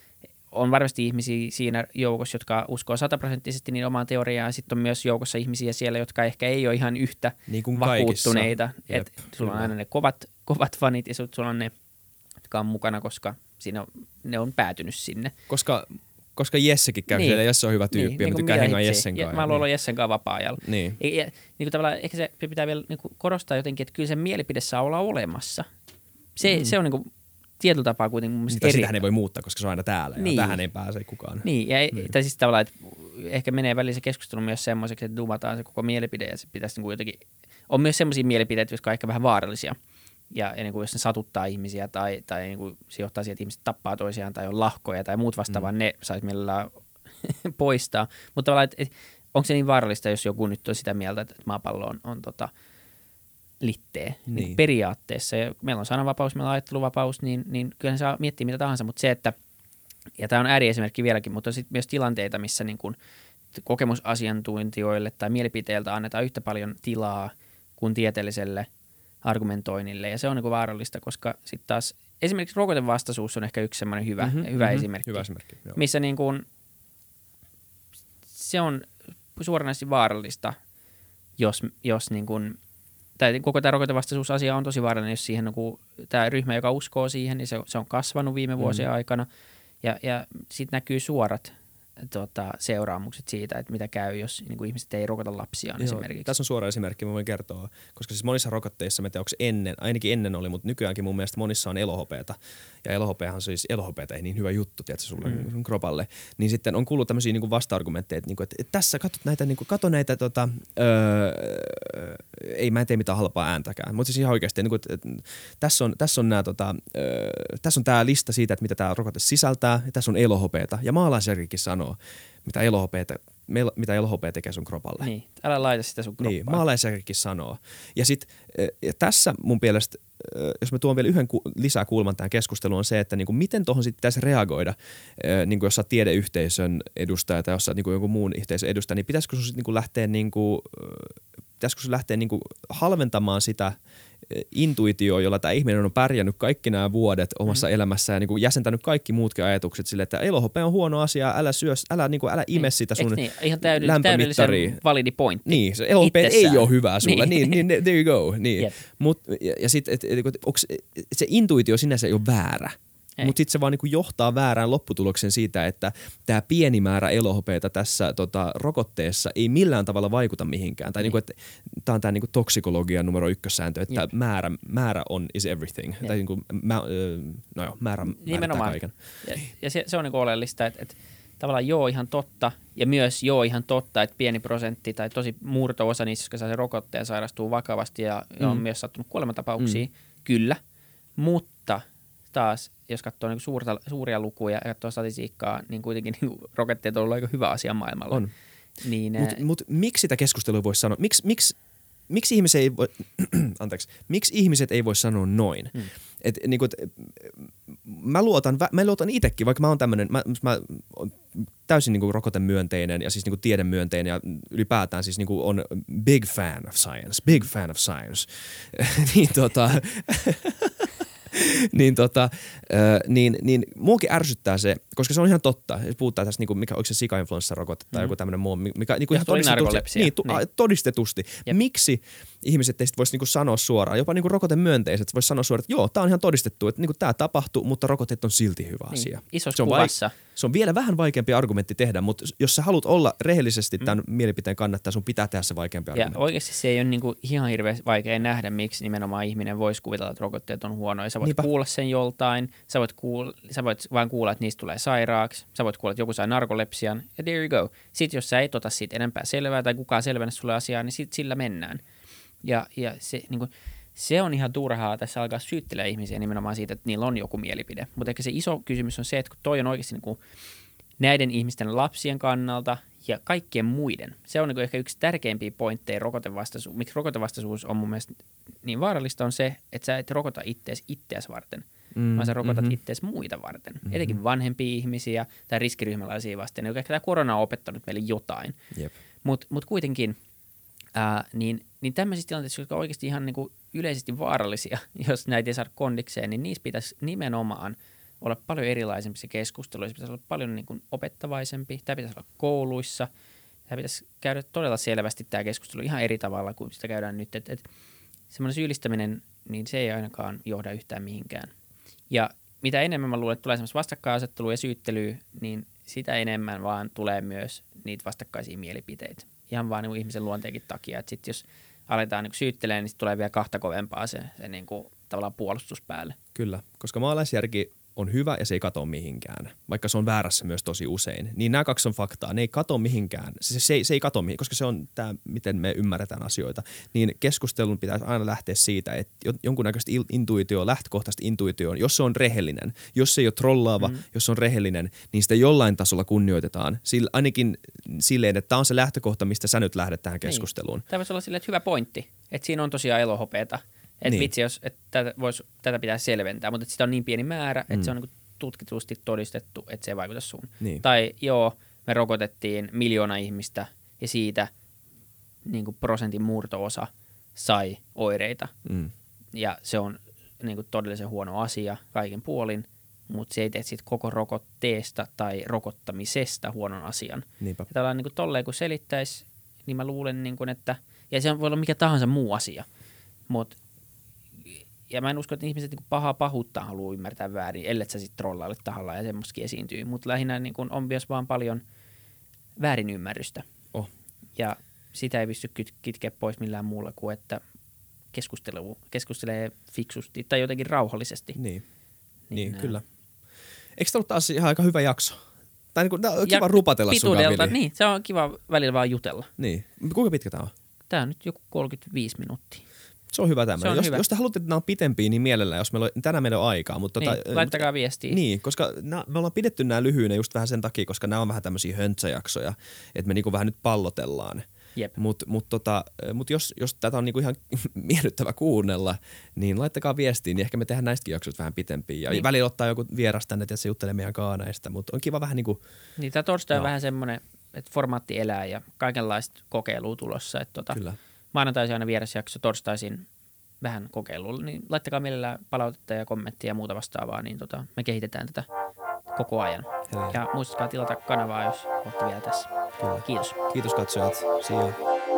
on varmasti ihmisiä siinä joukossa, jotka uskoo sataprosenttisesti niin omaan teoriaan, ja sitten on myös joukossa ihmisiä siellä, jotka ehkä ei ole ihan yhtä niin vakuuttuneita. Että sulla on aina ne kovat, kovat fanit, ja sulla on ne, jotka on mukana, koska siinä on, ne on päätynyt sinne. Koska, koska Jessekin käy niin. siellä, Jesse on hyvä tyyppi, niin, ja niin mä tykkään hengaa Jessen kanssa. Mä haluan olla Jessen kanssa vapaa-ajalla. Niin. Ja, ja, niin kuin tavallaan ehkä se pitää vielä niin kuin korostaa jotenkin, että kyllä se mielipide saa olla olemassa. Se, mm. se on niin kuin tietyllä tapaa kuitenkin mun mielestä eri. Sitähän ei voi muuttaa, koska se on aina täällä ja niin. tähän ei pääse kukaan. Niin, ja niin. tai siis tavallaan, että ehkä menee väliin se keskustelu myös semmoiseksi, että dumataan se koko mielipide ja se pitäisi niin kuin jotenkin, on myös semmoisia mielipiteitä, jotka on ehkä vähän vaarallisia. Ja, ja niin kuin jos ne satuttaa ihmisiä tai, tai niin kuin se johtaa siihen, että ihmiset tappaa toisiaan tai on lahkoja tai muut vastaavaa, mm. ne saisi mielellään poistaa. Mutta tavallaan, että, että onko se niin vaarallista, jos joku nyt on sitä mieltä, että maapallo on, on tota, litteä niin. Niin periaatteessa. Ja meillä on sananvapaus, meillä on ajatteluvapaus, niin, niin kyllä saa miettiä mitä tahansa, mutta se, että, ja tämä on ääriesimerkki vieläkin, mutta on sitten myös tilanteita, missä niin kuin kokemusasiantuntijoille tai mielipiteiltä annetaan yhtä paljon tilaa kuin tieteelliselle argumentoinnille. Ja se on niin kuin vaarallista, koska sitten taas esimerkiksi rokotevastaisuus on ehkä yksi semmoinen hyvä, Mm-hmm, hyvä mm-hmm, esimerkki, hyvä esimerkki joo. missä niin kuin se on suoranaisesti vaarallista, jos, jos niin kuin, tai koko tämä rokotevastaisuusasia on tosi vaarallinen, jos siihen on tämä ryhmä, joka uskoo siihen, niin se, se on kasvanut viime vuosien mm. aikana, ja, ja sitten näkyy suorat tota, seuraamukset siitä, että mitä käy, jos niin kuin ihmiset ei rokota lapsiaan esimerkiksi. Tässä on suora esimerkki, mä voin kertoa, koska siis monissa rokotteissa, mä en tiedä, onko ennen, ainakin ennen oli, mutta nykyäänkin mun mielestä monissa on elohopeata, ja elohopeahan siis, elohopeata ei niin hyvä juttu, tiedätkö, sulle mm. sun kropalle, niin sitten on kuullut tämmöisiä niin kuin vasta-argumentteja, että, niin kuin, että, että tässä katot näitä, niin kuin, kato näitä, tota, öö, ei mä en tee mitään halpaa ääntäkään, mutta siis ihan oikeasti, niin kuin, että, että, tässä on, tässä on nämä, tota, öö, tässä on tää lista siitä, että mitä tämä rokote sisältää, ja tässä on elohopeata, ja maalaisjärkikin sanoo, mitä elohopeata, mitä elohopea tekee sun kropalle. Niin, älä laita sitä sun kroppaan. Niin, maalaisjärkikin sanoo. Ja sitten ja tässä mun mielestä, jos mä tuon vielä yhden ku, lisää kulman tähän keskusteluun, on se, että niinku, miten tuohon sitten pitäisi reagoida, niinku, jos sä oot tiedeyhteisön edustaja tai jos sä oot niinku, jonkun muun yhteisön edustaja, niin pitäisikö sun sitten niinku, lähteä, niinku, pitäisikö sun lähteä niinku, halventamaan sitä intuitio, jolla tämä ihminen on pärjännyt kaikki nämä vuodet omassa mm. elämässään ja niin kuin jäsentänyt kaikki muutkin ajatukset sille, että elohopea on huono asia, älä syö, älä, niin kuin, älä ime niin. sitä sun niin? Ihan täydellisen validi pointti. Niin, se elohopea ei ole hyvää sulle, niin, niin, niin there you go. Niin. Yep. Mut, ja ja sitten, se intuitio sinänsä ei ole väärä. Mutta sitten se vaan niinku johtaa väärään lopputulokseen siitä, että tämä pieni määrä elohopeita tässä tota, rokotteessa ei millään tavalla vaikuta mihinkään. Tai niinku, että tämä on tämä niinku toksikologian numero ykkössääntö, että määrä, määrä on is everything. Jep. Tai niinku, mä, no joo, määrä määrittää kaiken. Ja, ja se, se on niinku oleellista, että, että tavallaan joo ihan totta ja myös joo ihan totta, että pieni prosentti tai tosi murto-osa niistä, jotka saa sen rokotteen, sairastuu vakavasti ja mm. on myös sattunut kuolematapauksia, mm. kyllä, mutta taas, jos katsoo niin suurta, suuria lukuja ja katsoo statistiikkaa, niin kuitenkin niin rokotteet on ollut aika hyvä asia maailmalla. On. Niin, Mutta mut, miksi sitä keskustelua voisi sanoa? Miks, miksi, miksi, ihmiset ei voi, anteeksi, miksi ihmiset ei voi sanoa noin? Hmm. Et, niin kuin, et, mä luotan, mä luotan itsekin, vaikka mä oon tämmönen, mä, mä oon täysin niin kuin rokotemyönteinen ja siis niin kuin tiedemyönteinen ja ylipäätään siis niin kuin on big fan of science, big fan of science. niin tota... niin, tota, äh, niin, niin muakin ärsyttää se, koska se on ihan totta. Puhutaan tästä, niinku, mikä, onko se sika-influenssarokote tai mm. joku tämmöinen muu, mikä niinku ihan todistetusti, niin, tu, niin. todistetusti. Yep. Miksi ihmiset teistä voisi niinku sanoa suoraan, jopa niinku rokotemyönteiset voisi sanoa suoraan, että joo, tämä on ihan todistettu, että niinku, tämä tapahtuu, mutta rokotteet on silti hyvä niin. asia. Isossa se on kuvassa. Vaik- se on vielä vähän vaikeampi argumentti tehdä, mutta jos sä haluat olla rehellisesti tämän mm. mielipiteen kannattaa, sun pitää tehdä se vaikeampi argumentti. Ja oikeasti se ei ole niinku ihan hirveän vaikea nähdä, miksi nimenomaan ihminen voisi kuvitella, että rokotteet on huonoja. Sä voit Niinpä. kuulla sen joltain, sä voit, kuulla, sä voit vaan kuulla, että niistä tulee sairaaksi, sä voit kuulla, että joku sai narkolepsian, ja there you go. Sitten jos sä et ota siitä enempää selvää tai kukaan selvennä sulle asiaa, niin sit sillä mennään. Ja, ja se, niin kuin, se on ihan turhaa tässä alkaa syyttelee ihmisiä nimenomaan siitä, että niillä on joku mielipide. Mutta ehkä se iso kysymys on se, että kun toi on oikeasti niin kuin näiden ihmisten lapsien kannalta ja kaikkien muiden. Se on niin kuin ehkä yksi tärkeimpiä pointteja rokotevastaisuus. Miksi rokotevastaisuus on mun mielestä niin vaarallista on se, että sä et rokota ittees ittees varten, mm, vaan sä rokotat mm-hmm. ittees muita varten. Mm-hmm. Etenkin vanhempia ihmisiä tai riskiryhmäläisiä vasten. Ehkä tämä korona on opettanut meille jotain. Mutta mut kuitenkin ää, niin, niin tämmöisissä tilanteissa, jotka on oikeasti ihan niin kuin yleisesti vaarallisia, jos näitä ei saada kondikseen, niin niissä pitäisi nimenomaan olla paljon erilaisempia keskusteluja, se pitäisi olla paljon niin kuin opettavaisempi, tämä pitäisi olla kouluissa, tämä pitäisi käydä todella selvästi tämä keskustelu ihan eri tavalla kuin sitä käydään nyt, että et, semmoinen syyllistäminen, niin se ei ainakaan johda yhtään mihinkään. Ja mitä enemmän mä luulen, että tulee semmoista vastakkainasettelua ja syyttelyä, niin sitä enemmän vaan tulee myös niitä vastakkaisia mielipiteitä. Ihan vaan niin kuin ihmisen luonteenkin takia, että sitten jos aletaan niin syyttelemään, niin sitten tulee vielä kahta kovempaa se, se niin kuin tavallaan puolustus päälle. Kyllä, koska maalaisjärki on hyvä ja se ei katoa mihinkään, vaikka se on väärässä myös tosi usein. Niin nämä kaksi on faktaa, ne ei katoa mihinkään, se, se, ei, se ei katoa mihinkään, koska se on tämä, miten me ymmärretään asioita. Niin keskustelun pitäisi aina lähteä siitä, että jonkunnäköistä intuitio, lähtökohtaista intuitioon, jos se on rehellinen, jos se ei ole trollaava, mm. jos se on rehellinen, niin sitä jollain tasolla kunnioitetaan. Sillä, ainakin silleen, että tämä on se lähtökohta, mistä sä nyt lähdet tähän keskusteluun. Niin. Tämä voisi olla silleen, että hyvä pointti, että siinä on tosiaan elohopeata. Että niin. vitsi, jos, että tätä, vois, tätä pitää selventää, mutta sitä on niin pieni määrä, että mm. se on niin tutkitusti todistettu, että se ei vaikuta suun. Niin. Tai joo, me rokotettiin miljoona ihmistä ja siitä niin kuin prosentin murto-osa sai oireita. Mm. Ja se on niin kuin todellisen huono asia kaiken puolin, mutta se ei tee siitä koko rokotteesta tai rokottamisesta huonon asian. Niinpä. Ja tällainen niin kuin tolleen kun selittäisi, niin mä luulen, niin kuin, että, ja se voi olla mikä tahansa muu asia, mutta ja mä en usko, että ihmiset niin pahaa pahuuttaan haluaa ymmärtää väärin, ellei sä sitten trollaile tahalla ja semmoistakin esiintyy. Mutta lähinnä niin kun on myös vaan paljon väärinymmärrystä. Oh. Ja sitä ei pysty kitkeä pois millään muulla kuin, että keskustelu, keskustelee fiksusti tai jotenkin rauhallisesti. Niin, niin, niin nää. kyllä. Eikö tämä ollut taas ihan aika hyvä jakso? Tai niin kuin, on kiva ja rupatella sun kanssa, niin, se on kiva välillä vaan jutella. Niin. Kuinka pitkä tämä on? Tämä on nyt joku kolmekymmentäviisi minuuttia. Se on hyvä tämmöinen. Jos, hyvä. jos te haluatte, että nämä on pitempiä, niin mielellään, jos meillä on, tänään meillä on aikaa. Mutta niin, tota, laittakaa viestiä. Niin, koska nää, me ollaan pidetty nämä lyhyinä just vähän sen takia, koska nämä on vähän tämmöisiä höntsäjaksoja, että me niinku vähän nyt pallotellaan. Mutta mut tota, mut jos, jos tätä on niinku ihan miellyttävä kuunnella, niin laittakaa viestiä, niin ehkä me tehdään näistäkin jaksoista vähän pitempiä. Ja niin. Välillä ottaa joku vieras tänne, että se juttelee meidän kaa näistä, mutta on kiva vähän niinku... Niin, tämä torstai on vähän semmoinen, että formaatti elää ja kaikenlaista kokeilua tulossa. Että tota, Kyllä. Maanantaisin aina vierasjakso, torstaisin vähän kokeilulla, niin laittakaa mielellään palautetta ja kommenttia ja muuta vastaavaa, niin tota, me kehitetään tätä koko ajan. Hei. Ja muistakaa tilata kanavaa, jos olette vielä tässä. Kyllä. Kiitos. Kiitos katsojat. See you.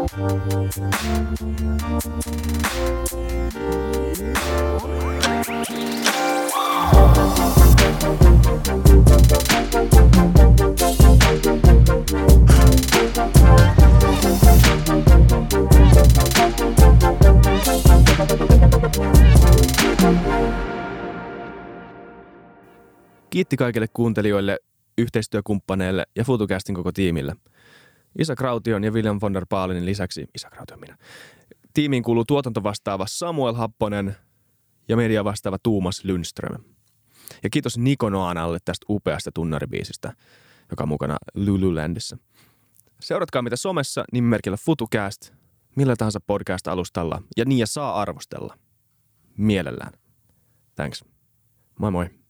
Kiitti kaikille kuuntelijoille, yhteistyökumppaneille ja FutuCastin koko tiimille. Isa Kraution ja William von der Baalinin lisäksi, Isa Kraution minä, tiimiin kuuluu tuotantovastaava Samuel Happonen ja media vastaava Tuumas Lundström. Ja kiitos Niko Noanalle tästä upeasta tunnaribiisistä, joka on mukana Lululandissa. Seuratkaa mitä somessa nimimerkillä FutuCast, millä tahansa podcast-alustalla ja niin ja saa arvostella. Mielellään. Thanks. Moi moi.